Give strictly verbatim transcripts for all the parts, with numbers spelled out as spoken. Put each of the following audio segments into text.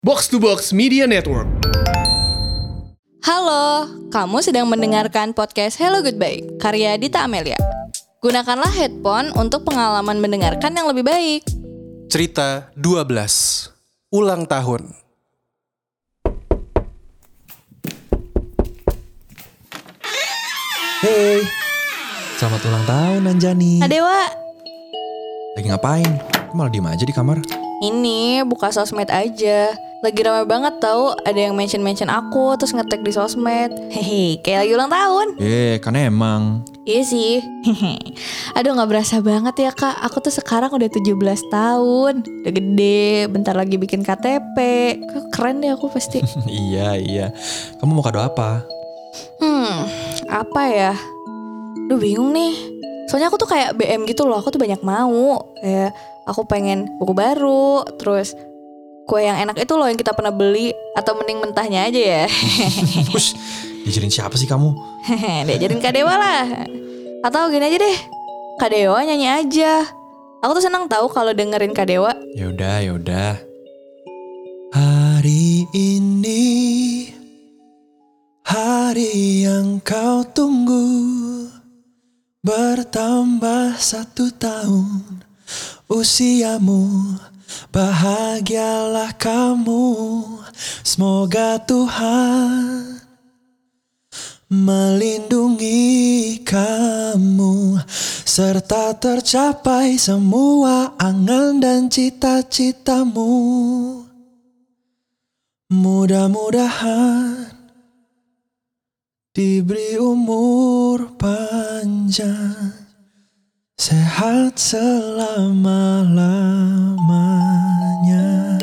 Box to Box Media Network. Halo, kamu sedang mendengarkan podcast Hello Goodbye, karya Dita Amelia. Gunakanlah headphone untuk pengalaman mendengarkan yang lebih baik. Cerita dua belas. Ulang tahun. Hey, selamat ulang tahun Anjani. Adewa, Lagi ngapain? Kok malah diem aja di kamar? ini buka sosmed aja. Lagi ramai banget tahu, ada yang mention-mention aku terus nge-tag di sosmed. Hehe, kayak lagi ulang tahun. Eh, kan emang. Iya sih. Aduh, gak berasa banget ya kak. Aku tuh sekarang udah tujuh belas tahun. Udah gede, bentar lagi bikin K T P. Kok keren deh aku pasti. Iya, iya. Kamu mau kado apa? Hmm, apa ya? Duh bingung nih. Soalnya aku tuh kayak B M gitu loh. Aku tuh banyak mau. Kayak aku pengen buku baru. Terus kue yang enak itu loh yang kita pernah beli. Atau mending mentahnya aja ya. Hush, diajarin siapa sih kamu? Diajarin Kak Dewa lah. Atau gini aja deh, Kak Dewa nyanyi aja. Aku tuh senang tahu kalau dengerin Kak Dewa. Yaudah, yaudah. Hari ini, hari yang kau tunggu, bertambah satu tahun usiamu. Bahagialah kamu, semoga Tuhan melindungi kamu, serta tercapai semua angan dan cita-citamu. Mudah-mudahan diberi umur panjang, sehat selama-lamanya.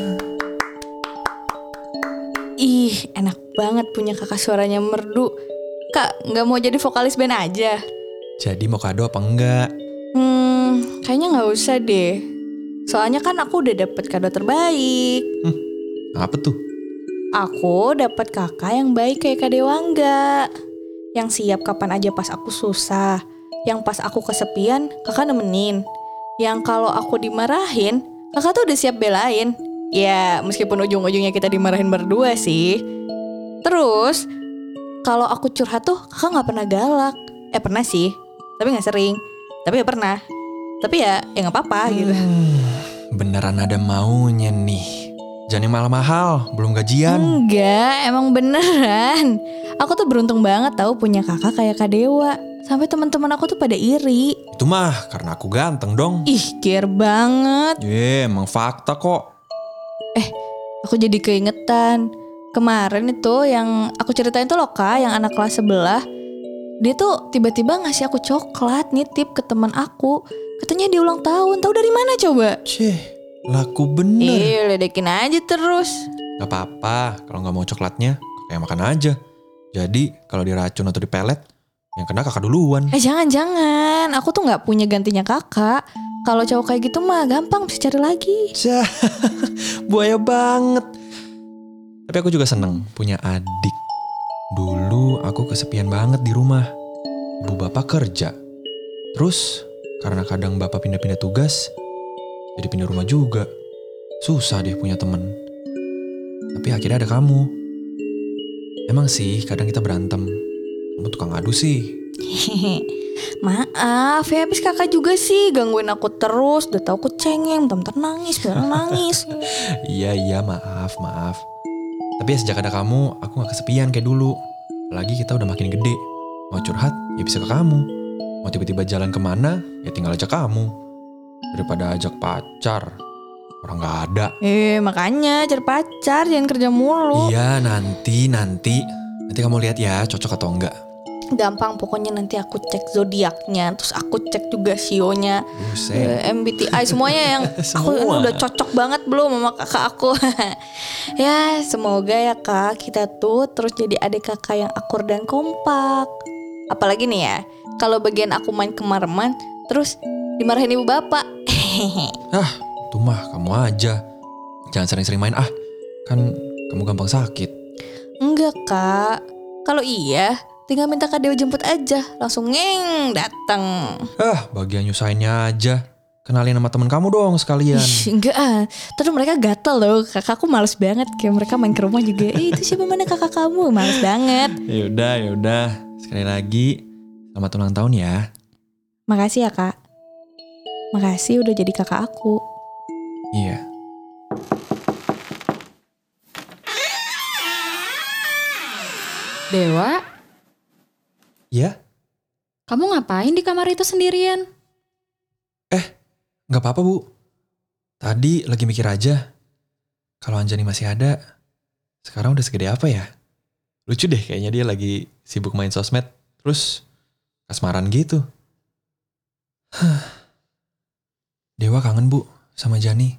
Ih, enak banget punya kakak suaranya merdu. Kak, gak mau jadi vokalis band aja? Jadi mau kado apa enggak? Hmm, kayaknya gak usah deh. Soalnya kan aku udah dapet kado terbaik. Hmm, apa tuh? Aku dapet kakak yang baik kayak Kak Dewangga. Yang siap kapan aja pas aku susah. Yang pas aku kesepian, kakak nemenin. Yang kalau aku dimarahin, kakak tuh udah siap belain. Ya, meskipun ujung-ujungnya kita dimarahin berdua sih. Terus, kalau aku curhat tuh kakak gak pernah galak. Eh pernah sih, tapi gak sering. Tapi ya pernah. Tapi ya, ya gak apa-apa gitu. Hmm, beneran ada maunya nih. Jangan yang mahal-mahal, belum gajian. Enggak, emang beneran. Aku tuh beruntung banget tahu punya kakak kayak Kak Dewa. Sampai teman-teman aku tuh pada iri. Itu mah karena aku ganteng dong. Ih, care banget. Ye, emang fakta kok. Eh, aku jadi keingetan. Kemarin itu yang aku ceritain tuh loh kak, yang anak kelas sebelah. Dia tuh tiba-tiba ngasih aku coklat, nitip ke teman aku. Katanya dia ulang tahun, tahu dari mana coba? Cih, laku bener. Ih, ledekin aja terus. Gak apa-apa, kalau gak mau coklatnya, kayak makan aja. Jadi, kalau diracun atau dipelet, yang kena kakak duluan. Eh jangan-jangan, aku tuh gak punya gantinya kakak. Kalau cowok kayak gitu mah gampang bisa cari lagi. Cah, buaya banget. Tapi aku juga seneng punya adik. Dulu aku kesepian banget di rumah. Ibu bapak kerja. Terus, karena kadang bapak pindah-pindah tugas, jadi pindah rumah juga. Susah deh punya temen. Tapi akhirnya ada kamu. Emang sih kadang kita berantem. Kamu tukang ngadu sih. Maaf ya, habis kakak juga sih gangguin aku terus. Udah tau aku cengeng, bentar nangis, bentar nangis. Iya iya maaf maaf. Tapi ya sejak ada kamu, aku gak kesepian kayak dulu. Apalagi kita udah makin gede. Mau curhat, ya bisa ke kamu. Mau tiba-tiba jalan kemana, ya tinggal ajak kamu. Daripada ajak pacar, orang gak ada. Eh makanya cari pacar, jangan kerja mulu. Iya nanti, nanti. Nanti kamu lihat ya cocok atau enggak. Gampang, pokoknya nanti aku cek zodiaknya, terus aku cek juga sionya, Buset. eh, M B T I semuanya yang aku Semua. udah cocok banget belum sama kakak aku. Ya semoga ya kak, kita tuh terus jadi adik kakak yang akur dan kompak. Apalagi nih ya, kalau bagian aku main kemaraman, terus dimarahin ibu bapak. Ah, itu mah kamu aja. Jangan sering-sering main ah. Kan kamu gampang sakit. Enggak kak, kalau iya tinggal minta Kak Dewa jemput aja, langsung ngeng datang. Ah, bagian nyusahinnya aja. kenalin sama temen kamu dong sekalian. Ih, enggak ah. Terus mereka gatel loh. Kakakku males banget. Kayak mereka main ke rumah juga. Eh itu siapa mana kakak kamu? Males banget. Yaudah, yaudah. Sekali lagi, selamat ulang tahun ya. Makasih ya kak. Makasih udah jadi kakak aku. Iya. Dewa, Ya? kamu ngapain di kamar itu sendirian? Gak apa-apa bu. Tadi lagi mikir aja. Kalau Anjani masih ada, sekarang udah segede apa ya? Lucu deh kayaknya dia lagi sibuk main sosmed. Terus kasmaran gitu. Hah. Dewa kangen bu sama Jani.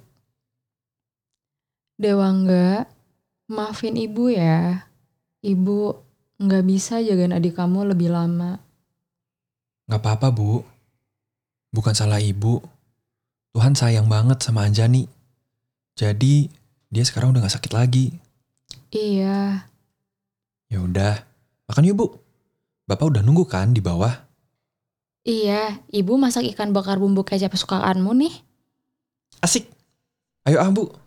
Dewa enggak, maafin ibu ya. Ibu nggak bisa jagain adik kamu lebih lama. Gak apa-apa bu. Bukan salah ibu. Tuhan sayang banget sama Anjani. Jadi dia sekarang udah gak sakit lagi. Iya, Ya udah, makan yuk bu. Bapak udah nunggu kan di bawah? iya, ibu masak ikan bakar bumbu kecap kesukaanmu nih. Asik. Ayo ah bu.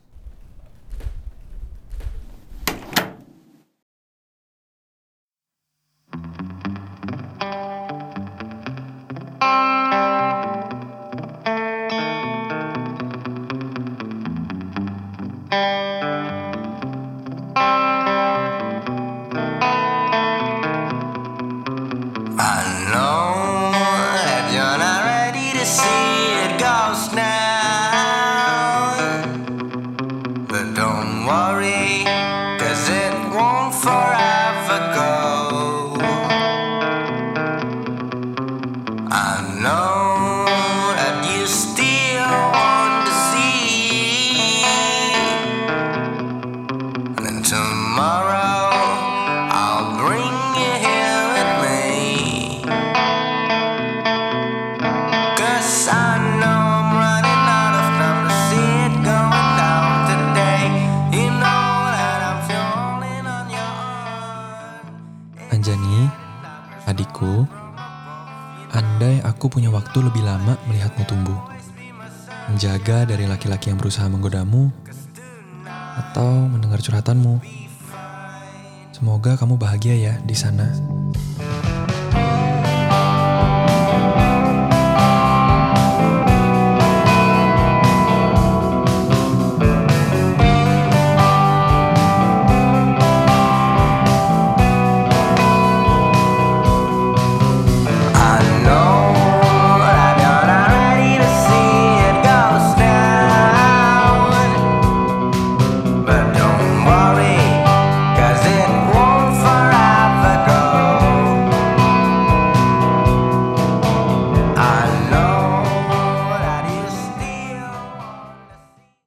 I know that you're not ready to see it goes now, but don't worry, cause it won't forever go. I know that you still want to see, and then tomorrow I'll bring you here with me. Cause I know I'm running out of time to see it going down today. You know that I'm falling on your arm. Anjani, adikku, andai aku punya waktu lebih lama melihatmu tumbuh, menjaga dari laki-laki yang berusaha menggodamu, atau mendengar curhatanmu. Semoga kamu bahagia ya di sana.